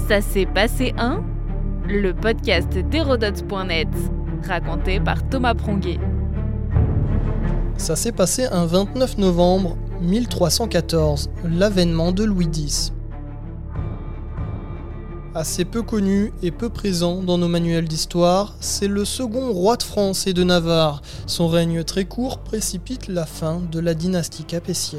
Ça s'est passé le podcast d'Hérodote.net, raconté par Thomas Pronguet. Ça s'est passé un 29 novembre 1314, l'avènement de Louis X. Assez peu connu et peu présent dans nos manuels d'histoire, c'est le second roi de France et de Navarre. Son règne très court précipite la fin de la dynastie capétienne.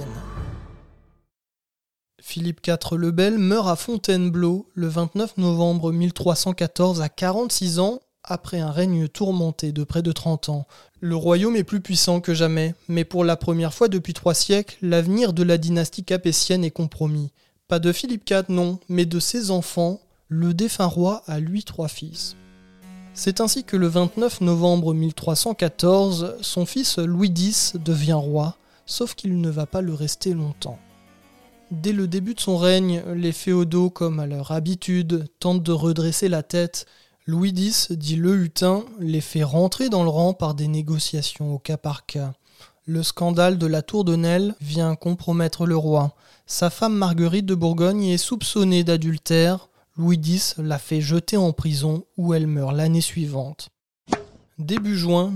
Philippe IV le Bel meurt à Fontainebleau le 29 novembre 1314 à 46 ans, après un règne tourmenté de près de 30 ans. Le royaume est plus puissant que jamais, mais pour la première fois depuis 3 siècles, l'avenir de la dynastie capétienne est compromis. Pas de Philippe IV, non, mais de ses enfants. Le défunt roi a lui 3 fils. C'est ainsi que le 29 novembre 1314, son fils Louis X devient roi, sauf qu'il ne va pas le rester longtemps. Dès le début de son règne, les féodaux, comme à leur habitude, tentent de redresser la tête. Louis X, dit le Hutin, les fait rentrer dans le rang par des négociations au cas par cas. Le scandale de la tour de Nesle vient compromettre le roi. Sa femme Marguerite de Bourgogne est soupçonnée d'adultère. Louis X la fait jeter en prison où elle meurt l'année suivante. Début juin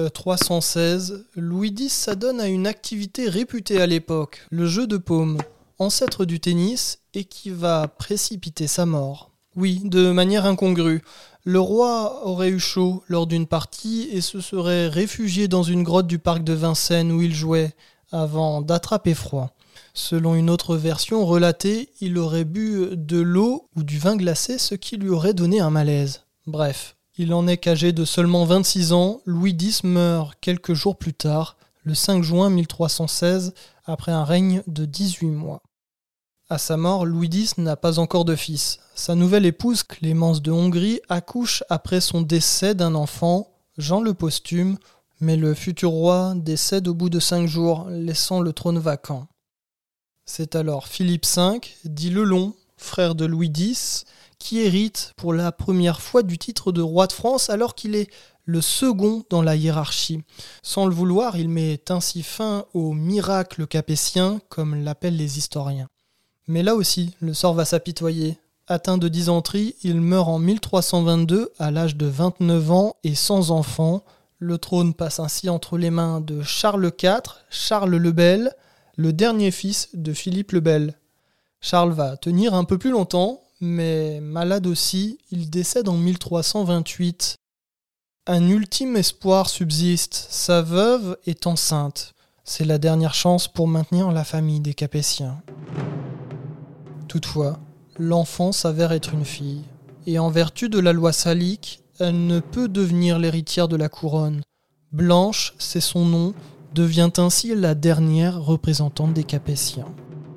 1316, Louis X s'adonne à une activité réputée à l'époque, le jeu de paume, ancêtre du tennis et qui va précipiter sa mort. Oui, de manière incongrue. Le roi aurait eu chaud lors d'une partie et se serait réfugié dans une grotte du parc de Vincennes où il jouait, avant d'attraper froid. Selon une autre version relatée, il aurait bu de l'eau ou du vin glacé, ce qui lui aurait donné un malaise. Bref, il en est qu'âgé de seulement 26 ans, Louis X meurt quelques jours plus tard, le 5 juin 1316, après un règne de 18 mois. À sa mort, Louis X n'a pas encore de fils. Sa nouvelle épouse, Clémence de Hongrie, accouche après son décès d'un enfant, Jean le Posthume, mais le futur roi décède au bout de 5 jours, laissant le trône vacant. C'est alors Philippe V, dit le Long, frère de Louis X, qui hérite pour la première fois du titre de roi de France alors qu'il est le second dans la hiérarchie. Sans le vouloir, il met ainsi fin au miracle capétien, comme l'appellent les historiens. Mais là aussi, le sort va s'apitoyer. Atteint de dysenterie, il meurt en 1322 à l'âge de 29 ans et sans enfant. Le trône passe ainsi entre les mains de Charles IV, Charles le Bel, le dernier fils de Philippe le Bel. Charles va tenir un peu plus longtemps, mais malade aussi, il décède en 1328. Un ultime espoir subsiste, sa veuve est enceinte. C'est la dernière chance pour maintenir la famille des Capétiens. Toutefois, l'enfant s'avère être une fille, et en vertu de la loi salique, elle ne peut devenir l'héritière de la couronne. Blanche, c'est son nom, devient ainsi la dernière représentante des Capétiens.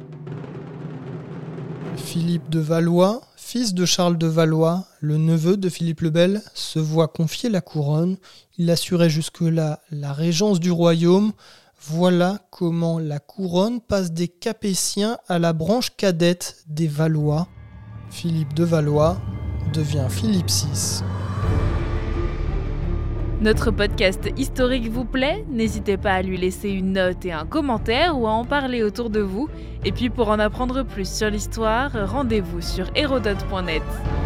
Philippe de Valois, fils de Charles de Valois, le neveu de Philippe le Bel, se voit confier la couronne. Il assurait jusque-là la régence du royaume. Voilà comment la couronne passe des Capétiens à la branche cadette des Valois. Philippe de Valois devient Philippe VI. Notre podcast historique vous plaît ? N'hésitez pas à lui laisser une note et un commentaire ou à en parler autour de vous. Et puis pour en apprendre plus sur l'histoire, rendez-vous sur Hérodote.net.